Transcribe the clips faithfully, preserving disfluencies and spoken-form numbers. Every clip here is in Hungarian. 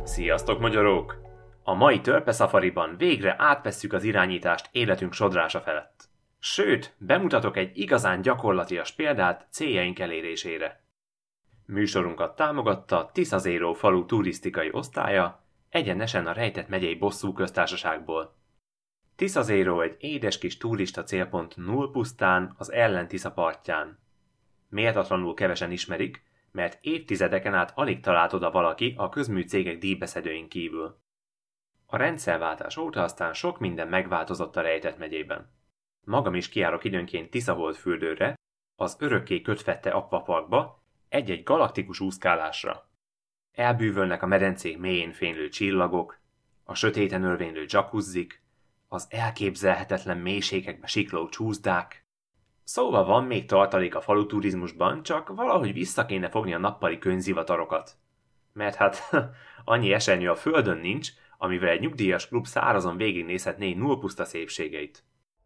Sziasztok, magyarók! A mai Törpe Szafariban végre átvesszük az irányítást életünk sodrása felett. Sőt, bemutatok egy igazán gyakorlatias példát céljaink elérésére. Műsorunkat támogatta Tisza Zero falu turisztikai osztálya, egyenesen a Rejtett megyei Bosszú köztársaságból. Tisza Zero egy édes kis turista célpont Nullpusztán, az Ellen-Tisza partján. Méltatlanul kevesen ismerik, mert évtizedeken át alig talált oda valaki a közműcégek díjbeszedőin kívül. A rendszerváltás óta aztán sok minden megváltozott a Rejtett megyében. Magam is kijárok időnként Tiszaholdfürdőre, az örökké kötfette akvaparkba, egy-egy galaktikus úszkálásra. Elbűvölnek a medencék mélyén fénylő csillagok, a sötéten örvénylő dzsakuzzik, az elképzelhetetlen mélységekbe sikló csúszdák. Szóval van még tartalék a faluturizmusban, csak valahogy vissza kéne fogni a nappali könyvzivatarokat. Mert hát annyi esernyő a földön nincs, amivel egy nyugdíjas klub szárazon végignézhetné Nullpuszta szépségeit.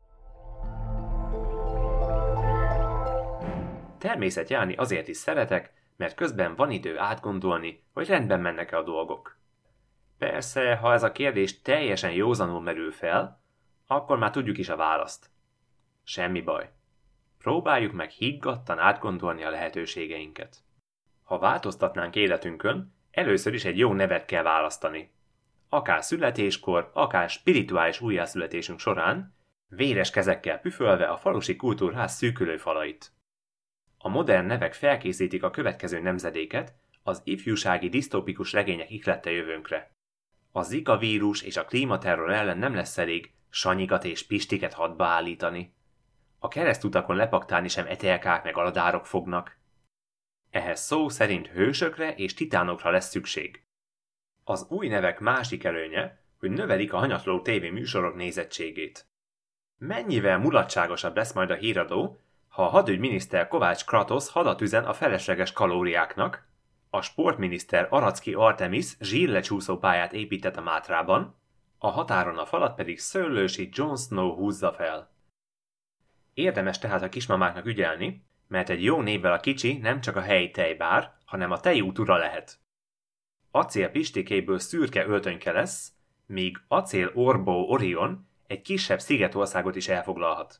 Természetjárni azért is szeretek, mert közben van idő átgondolni, hogy rendben mennek-e a dolgok. Persze, ha ez a kérdés teljesen józanul merül fel, akkor már tudjuk is a választ. Semmi baj. Próbáljuk meg higgadtan átgondolni a lehetőségeinket. Ha változtatnánk életünkön, először is egy jó nevet kell választani. Akár születéskor, akár spirituális újjászületésünk során, véres kezekkel püfölve a falusi kultúrház szűkülő falait. A modern nevek felkészítik a következő nemzedéket az ifjúsági disztópikus regények ihlette jövőnkre. A Zika vírus és a klímaterror ellen nem lesz elég Sanyikat és Pistiket hadba állítani. A keresztutakon lepaktálni sem etelkák meg aladárok fognak. Ehhez szó szerint hősökre és titánokra lesz szükség. Az új nevek másik előnye, hogy növelik a hanyatló tévéműsorok nézettségét. Mennyivel mulatságosabb lesz majd a híradó, ha a hadügyminiszter Kovács Kratosz hadat üzen a felesleges kalóriáknak, a sportminiszter Aracki Artemis zsírlecsúszó pályát épített a Mátrában, a határon a falat pedig Szőlősi Jon Snow húzza fel. Érdemes tehát a kismamáknak ügyelni, mert egy jó névvel a kicsi nem csak a helyi tejbár, hanem a tejút ura lehet. Acél Pistikéből szürke öltönyke lesz, míg Acél Orbó Orion egy kisebb szigetországot is elfoglalhat.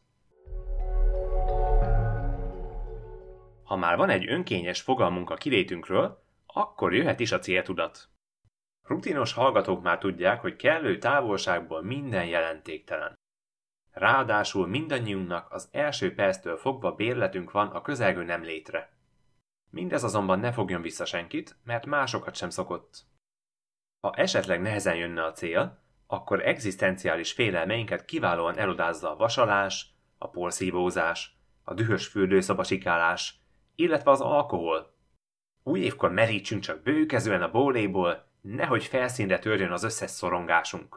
Ha már van egy önkényes fogalmunk a kilétünkről, akkor jöhet is a céltudat. Rutinos hallgatók már tudják, hogy kellő távolságból minden jelentéktelen. Ráadásul mindannyiunknak az első perctől fogva bérletünk van a közelgő nem létre. Mindez azonban ne fogjon vissza senkit, mert másokat sem szokott. Ha esetleg nehezen jönne a cél, akkor egzisztenciális félelmeinket kiválóan elodázza a vasalás, a porszívózás, a dühös fürdőszobasikálás, illetve az alkohol. Új évkor merítsünk csak bőkezően a bóléból, nehogy felszínre törjön az összes szorongásunk.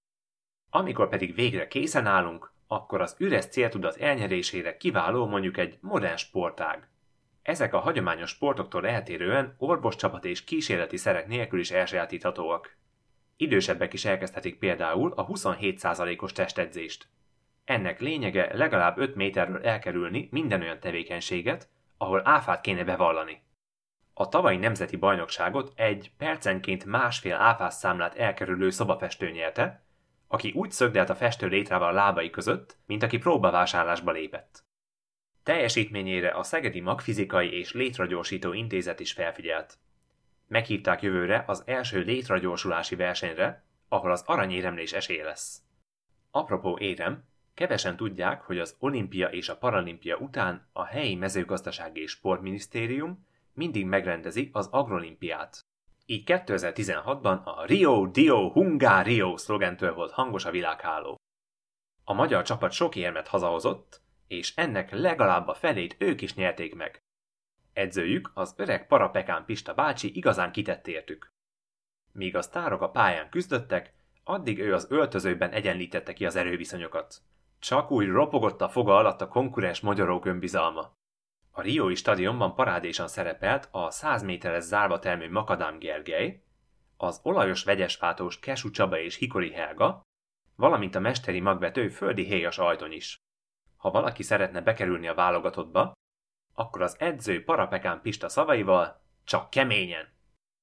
Amikor pedig végre készen állunk, akkor az üres céltudat elnyerésére kiváló mondjuk egy modern sportág. Ezek a hagyományos sportoktól eltérően orvoscsapat és kísérleti szerek nélkül is elsajátíthatóak. Idősebbek is elkezdhetik például a huszonhét százalékos testedzést. Ennek lényege legalább öt méterről elkerülni minden olyan tevékenységet, ahol áfát kéne bevallani. A tavalyi nemzeti bajnokságot egy percenként másfél áfás számlát elkerülő szobafestő nyerte, aki úgy szögdelt a festő létrával a lábai között, mint aki próbavásárlásba lépett. Teljesítményére a Szegedi Magfizikai és Létragyorsító Intézet is felfigyelt. Meghívták jövőre az első létragyorsulási versenyre, ahol az aranyéremlés esélye lesz. Apropó érem, kevesen tudják, hogy az olimpia és a paralimpia után a helyi mezőgazdasági és sportminisztérium mindig megrendezi az agrolimpiát. Így kétezer-tizenhatban a Rio Dio Hunga Rio szlogentől volt hangos a világháló. A magyar csapat sok érmet hazahozott, és ennek legalább a felét ők is nyerték meg. Edzőjük, az öreg Parapekán Pista bácsi igazán kitett értük. Míg a sztárok a pályán küzdöttek, addig ő az öltözőben egyenlítette ki az erőviszonyokat. Csak úgy ropogott a foga alatt a konkurens magyarók önbizalma. A riói stadionban parádésan szerepelt a száz méteres zárva termő Makadám Gergely, az olajos vegyesfátós Kesú Csaba és Hikori Helga, valamint a mesteri magvető Földi Héjas Ajtony is. Ha valaki szeretne bekerülni a válogatottba, akkor az edző Parapekán Pista szavaival csak keményen.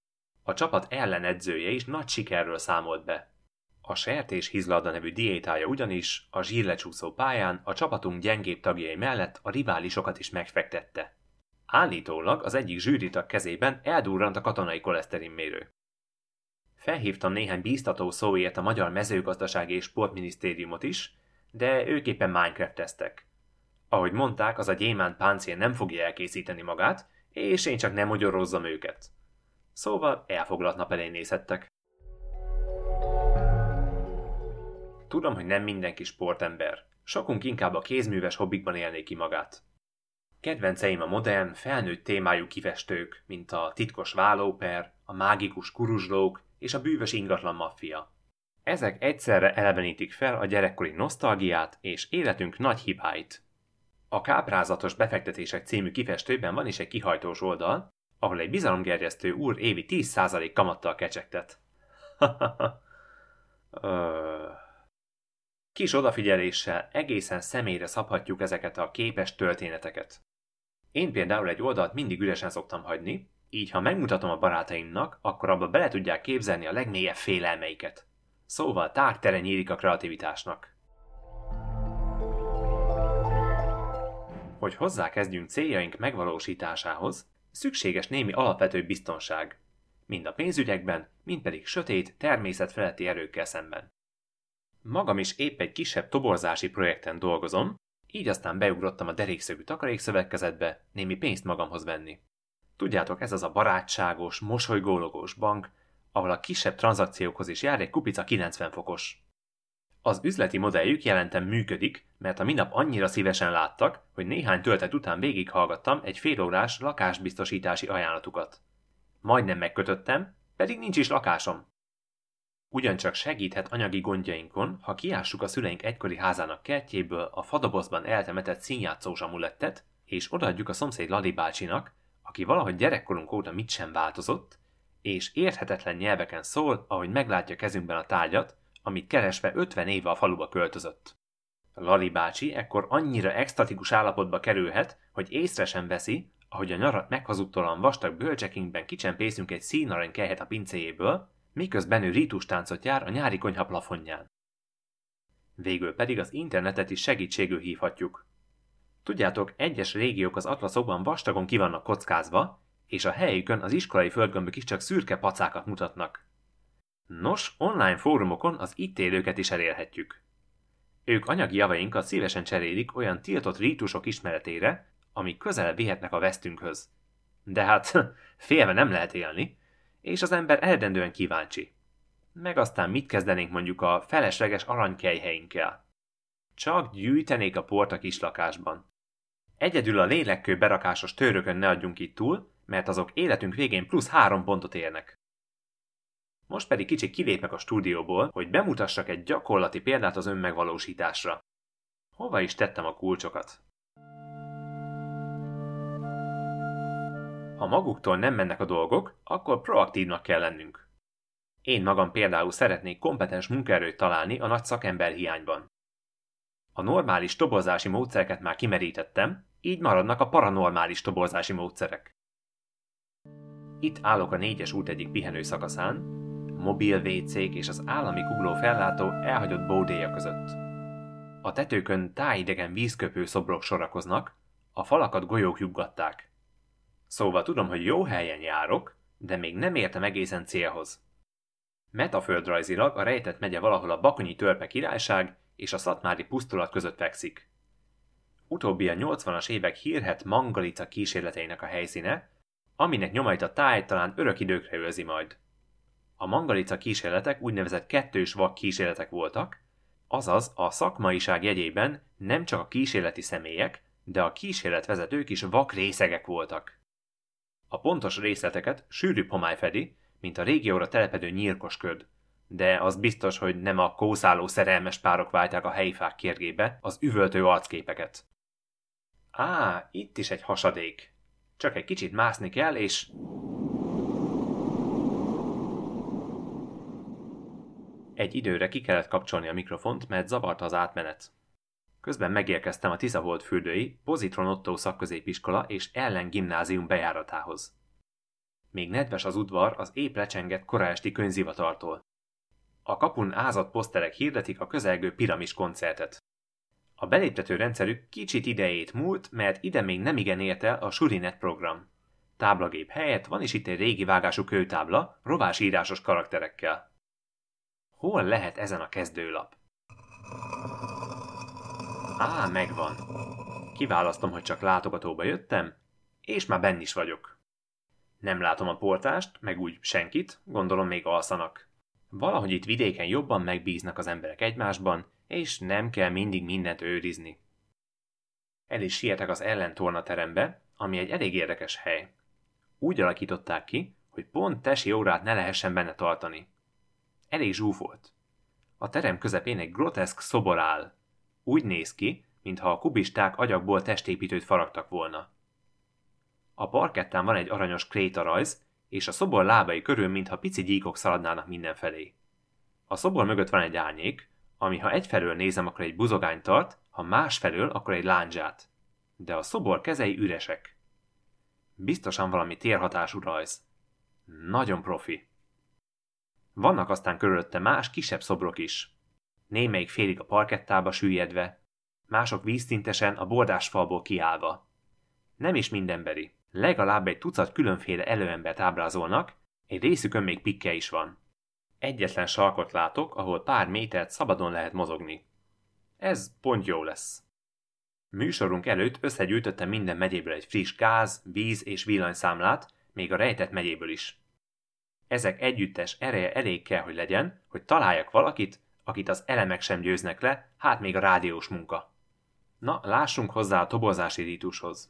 A csapat ellenedzője is nagy sikerről számolt be. A sertés hizlada nevű diétája ugyanis a zsírlecsúszó pályán a csapatunk gyengébb tagjai mellett a riválisokat is megfektette. Állítólag az egyik zsűritag kezében eldurrant a katonai koleszterinmérő. Felhívtam néhány bíztató szóért a Magyar Mezőgazdasági és Sportminisztériumot is, de ők éppen Minecraft-eztek. Ahogy mondták, az a gyémánt páncél nem fogja elkészíteni magát, és én csak nem magyarozzam őket. Szóval elfoglalt nap elé nézhettek. Tudom, hogy nem mindenki sportember. Sokunk inkább a kézműves hobbikban élné ki magát. Kedvenceim a modern, felnőtt témájú kifestők, mint a titkos vállóper, a mágikus kuruzslók és a bűvös ingatlan maffia. Ezek egyszerre elevenítik fel a gyerekkori nosztalgiát és életünk nagy hibáit. A Káprázatos befektetések című kifestőben van is egy kihajtós oldal, ahol egy bizalomgerjesztő úr évi tíz százalék kamattal kecsegtet. Kis odafigyeléssel egészen személyre szabhatjuk ezeket a képes történeteket. Én például egy oldalt mindig üresen szoktam hagyni, így ha megmutatom a barátaimnak, akkor abba bele tudják képzelni a legmélyebb félelmeiket. Szóval tártere nyílik a kreativitásnak. Hogy hozzákezdjünk céljaink megvalósításához, szükséges némi alapvető biztonság, mind a pénzügyekben, mind pedig sötét, természetfeletti erőkkel szemben. Magam is épp egy kisebb toborzási projekten dolgozom, így aztán beugrottam a derékszögű takarékszövetkezetbe némi pénzt magamhoz venni. Tudjátok, ez az a barátságos, mosolygólogós bank, ahol a kisebb tranzakciókhoz is jár egy kupica kilencven fokos. Az üzleti modelljük jelentem működik, mert a minap annyira szívesen láttak, hogy néhány töltet után végighallgattam egy félórás lakásbiztosítási ajánlatukat. Majdnem megkötöttem, pedig nincs is lakásom. Ugyancsak segíthet anyagi gondjainkon, ha kiássuk a szüleink egykori házának kertjéből a fadobozban eltemetett színjátszós amulettet, és odaadjuk a szomszéd Lali bácsinak, aki valahogy gyerekkorunk óta mit sem változott, és érthetetlen nyelveken szól, ahogy meglátja kezünkben a tárgyat, amit keresve ötven éve a faluba költözött. Lali bácsi ekkor annyira extatikus állapotba kerülhet, hogy észre sem veszi, ahogy a nyarat meghazudtalan vastag bölcsekinkben kicsempészünk egy színarany kelyhet a pincéjéből, miközben ő rítustáncot jár a nyári konyha plafonján. Végül pedig az internetet is segítségül hívhatjuk. Tudjátok, egyes régiók az atlaszokban vastagon ki vannak kockázva, és a helyükön az iskolai földgömbök is csak szürke pacákat mutatnak. Nos, online fórumokon az itt élőket is elérhetjük. Ők anyagi javainkat szívesen cserélik olyan tiltott rítusok ismeretére, amik közel vihetnek a vesztünkhöz. De hát félve nem lehet élni, és az ember eredendően kíváncsi. Meg aztán mit kezdenénk mondjuk a felesleges aranykelyheinkkel? Csak gyűjtenék a port a kislakásban. Egyedül a lélekkő berakásos tőrökön ne adjunk itt túl, mert azok életünk végén plusz három pontot érnek. Most pedig kicsit kilépek a stúdióból, hogy bemutassak egy gyakorlati példát az önmegvalósításra. Hova is tettem a kulcsokat? Ha maguktól nem mennek a dolgok, akkor proaktívnak kell lennünk. Én magam például szeretnék kompetens munkaerőt találni a nagy szakember hiányban. A normális toborzási módszereket már kimerítettem, így maradnak a paranormális toborzási módszerek. Itt állok a négyes út egyik pihenő szakaszán, mobil vécék és az állami kugló fellátó elhagyott bódéja között. A tetőkön tájidegen vízköpő szobrok sorakoznak, a falakat golyók juggatták. Szóval tudom, hogy jó helyen járok, de még nem értem egészen célhoz. Metaföldrajzilag a rejtett megye valahol a Bakonyi Törpe királyság és a szatmári pusztulat között fekszik. Utóbbi a nyolcvanas évek hírhedt Mangalica kísérleteinek a helyszíne, aminek nyomait a táj talán örök időkre őrzi majd. A Mangalica kísérletek úgynevezett kettős vak kísérletek voltak, azaz a szakmaiság jegyében nem csak a kísérleti személyek, de a kísérletvezetők is vak részegek voltak. A pontos részleteket sűrűbb homály fedi, mint a régióra telepedő nyírkos köd, de az biztos, hogy nem a kószáló szerelmes párok válták a helyi fák kérgébe az üvöltő arcképeket. Á, itt is egy hasadék. Csak egy kicsit mászni kell, és... Egy időre ki kellett kapcsolni a mikrofont, mert zavarta az átmenet. Közben megérkeztem a Tiszaholt fürdői Pozitron Otto szakközépiskola és Ellen gimnázium bejáratához. még nedves az udvar az épp lecsengett koraesti könyvzivatartól. A kapun ázott poszterek hirdetik a közelgő piramis koncertet. A beléptető rendszerük kicsit idejét múlt, mert ide még nemigen ért el a Surinet program. Táblagép helyett van is itt egy régi vágású kőtábla, rovásírásos karakterekkel. Hol lehet ezen a kezdőlap? Á, megvan. Kiválasztom, hogy csak látogatóba jöttem, és már benn is vagyok. Nem látom a portást, meg úgy senkit, gondolom még alszanak. Valahogy itt vidéken jobban megbíznak az emberek egymásban, és nem kell mindig mindent őrizni. El is sietek az ellentornaterembe, ami egy elég érdekes hely. Úgy alakították ki, hogy pont tesi órát ne lehessen benne tartani. Elég zsúfolt. A terem közepén egy groteszk szobor áll. Úgy néz ki, mintha a kubisták agyagból testépítőt faragtak volna. A parkettán van egy aranyos krétarajz, és a szobor lábai körül mintha pici gyíkok szaladnának mindenfelé. A szobor mögött van egy árnyék, ami ha egyfelől nézem, akkor egy buzogányt tart, ha másfelől, akkor egy lándzsát. De a szobor kezei üresek. Biztosan valami térhatású rajz. Nagyon profi. Vannak aztán körülötte más, kisebb szobrok is. Némelyik félig a parkettába süllyedve, mások vízszintesen a bordásfalból kiállva. Nem is mindenbeli. Legalább egy tucat különféle előembert ábrázolnak, egy részükön még pikke is van. Egyetlen sarkot látok, ahol pár métert szabadon lehet mozogni. Ez pont jó lesz. Műsorunk előtt összegyűjtöttem minden megyéből egy friss gáz, víz és villanyszámlát, még a rejtett megyéből is. Ezek együttes ereje elég kell, hogy legyen, hogy találjak valakit, akit az elemek sem győznek le, hát még a rádiós munka. Na, lássunk hozzá a toborzási rítushoz.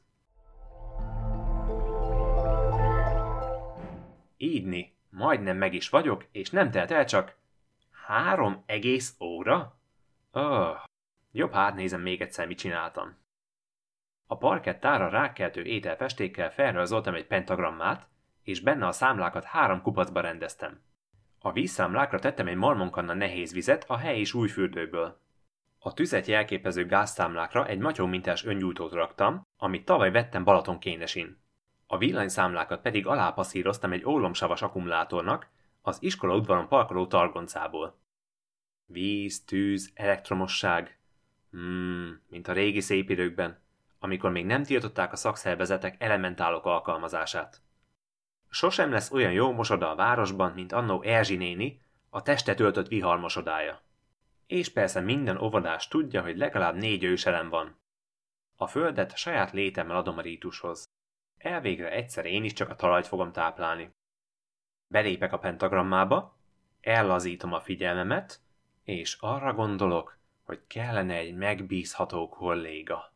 Ídni, majdnem meg is vagyok, és nem telt el csak három egész óra? Öh, jobb hát nézem még egyszer, mit csináltam. A parkettára rákkeltő ételfestékkel felrajzoltam egy pentagrammát, és benne a számlákat három kupacba rendeztem. A vízszámlákra tettem egy marmonkanna nehéz vizet a helyi súlyfürdőből. A tüzet jelképező gázszámlákra egy matyómintás öngyújtót raktam, amit tavaly vettem Balatonkénesin. A villanyszámlákat pedig alápasszíroztam egy ólomsavas akkumulátornak, az iskola udvaron parkoló targoncából. Víz, tűz, elektromosság. Hmm, mint a régi szép időkben, amikor még nem tiltották a szakszervezetek elementálok alkalmazását. Sosem lesz olyan jó mosoda a városban, mint annó Erzsi néni, a testet öltött viharmosodája. És persze minden óvodás tudja, hogy legalább négy őselem van. A földet saját létemmel adom a rítushoz. Elvégre egyszer én is csak a talajt fogom táplálni. Belépek a pentagrammába, ellazítom a figyelmemet, és arra gondolok, hogy kellene egy megbízható kolléga.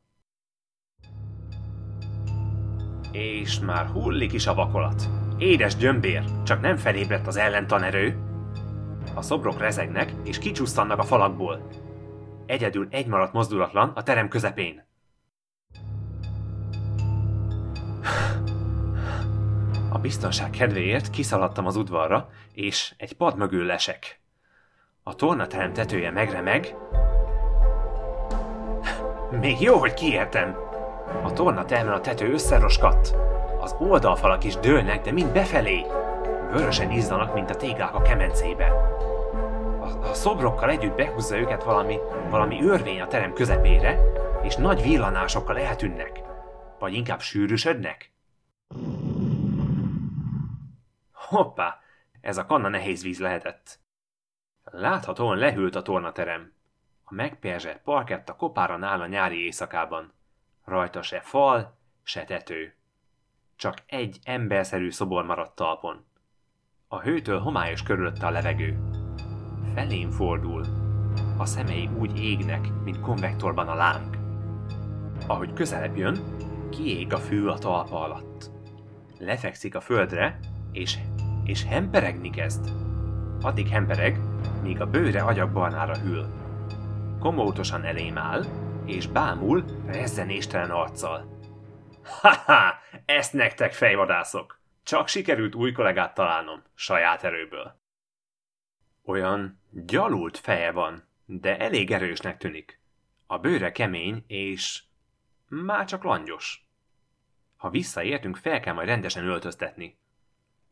És már hullik is a vakolat. Édes gyömbér, csak nem felébredt az ellentanerő. A szobrok rezegnek, és kicsusszannak a falakból. Egyedül egy maradt mozdulatlan a terem közepén. A biztonság kedvéért kiszaladtam az udvarra, és egy pad mögül lesek. A tornaterem tetője megremeg. Még jó, hogy kiértem. A tornatermen a tető összeroskadt. Az oldalfalak is dőlnek, de mind befelé. Vörösen izzanak, mint a téglák a kemencébe. A, a szobrokkal együtt behúzza őket valami, valami örvény a terem közepére, és nagy villanásokkal eltűnnek. Vagy inkább sűrűsödnek? Hoppá, ez a kanna nehéz víz lehetett. Láthatóan lehűlt a tornaterem. A megperzselt parketta kopáran áll a nyári éjszakában. Rajta se fal, se tető. Csak egy emberszerű szobor maradt talpon. A hőtől homályos körülötte a levegő. Felém fordul. A szemei úgy égnek, mint konvektorban a láng. Ahogy közelebb jön, kiég a fű a talpa alatt. Lefekszik a földre, és, és hemperegni kezd. Addig hempereg, míg a bőre agyagbarnára hűl. Komótosan elém áll, és bámul rezzenéstelen arccal. Ha-ha! Ezt nektek, fejvadászok! Csak sikerült új kollégát találnom, saját erőből. Olyan gyalult feje van, de elég erősnek tűnik. A bőre kemény, és már csak langyos. Ha visszaértünk, fel kell majd rendesen öltöztetni.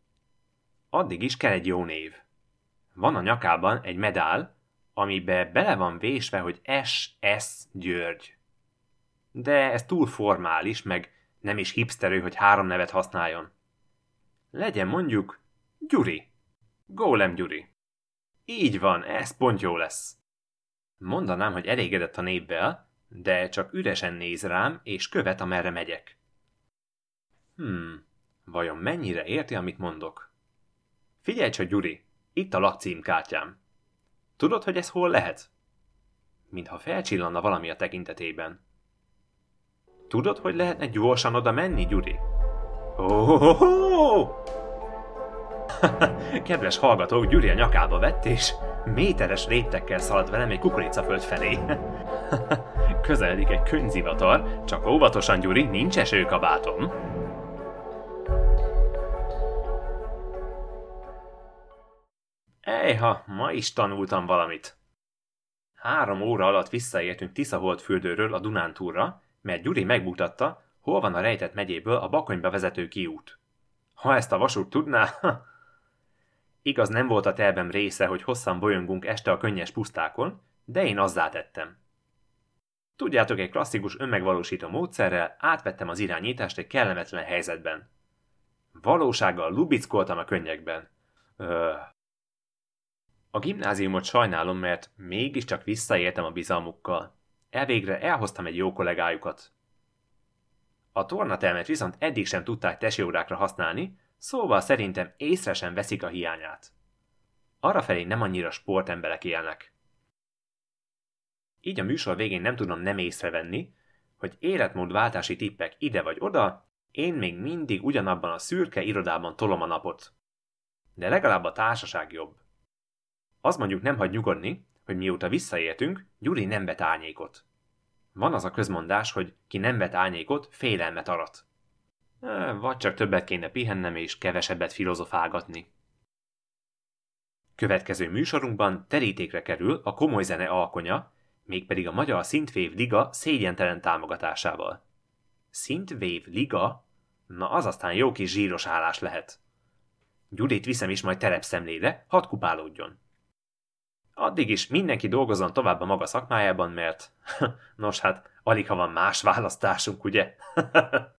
Addig is kell egy jó név. Van a nyakában egy medál, amibe bele van vésve, hogy es es György. De ez túl formális, meg nem is hipsterő, hogy három nevet használjon. Legyen mondjuk Gyuri. Gólem Gyuri. Így van, ez pont jó lesz. Mondanám, hogy elégedett a névvel, de csak üresen néz rám, és követ, amerre megyek. Hmm, vajon mennyire érti, amit mondok? Figyelj csak, Gyuri, itt a lakcímkártyám. Tudod, hogy ez hol lehet? Mintha felcsillanna valami a tekintetében. Tudod, hogy lehetne gyorsan oda menni, Gyuri? Oh! Kedves hallgatók, Gyuri a nyakába vett, és méteres léptekkel szaladt velem egy kukoricaföld felé. Közeledik egy könyvzivatar, csak óvatosan, Gyuri, nincs esőkabátom. Ejha, ma is tanultam valamit. Három óra alatt visszaértünk Tiszaholdfürdőről a Dunántúlra, mert Gyuri megmutatta, hol van a rejtett megyéből a Bakonyba vezető kiút. Ha ezt a vasút tudná... Igaz, nem volt a tervem része, hogy hosszan bolyongunk este a könnyes pusztákon, de én azzá tettem. Tudjátok, egy klasszikus önmegvalósító módszerrel átvettem az irányítást egy kellemetlen helyzetben. Valósággal lubickoltam a könnyekben. Öh. A gimnáziumot sajnálom, mert mégiscsak visszaértem a bizalmukkal. Elvégre elhoztam egy jó kollégájukat. A tornatermet viszont eddig sem tudták tesiórákra használni, szóval szerintem észre sem veszik a hiányát. Arrafelé nem annyira sportemberek élnek. Így a műsor végén nem tudom nem észrevenni, hogy életmódváltási tippek ide vagy oda, én még mindig ugyanabban a szürke irodában tolom a napot. De legalább a társaság jobb. Az mondjuk nem hagy nyugodni, hogy mióta visszaértünk, Gyuri nem vet árnyékot. Van az a közmondás, hogy ki nem vet árnyékot, félelmet arat. Vagy csak többet kéne pihennem és kevesebbet filozofálgatni. Következő műsorunkban terítékre kerül a komoly zene alkonya, mégpedig a Magyar Synthwave Liga szégyentelen támogatásával. Synthwave Liga? Na az aztán jó kis zsíros állás lehet. Gyurit viszem is majd terepszemlére, hadd kupálódjon. Addig is mindenki dolgozzon tovább a maga szakmájában, mert nos hát, alig ha van más választásunk, ugye?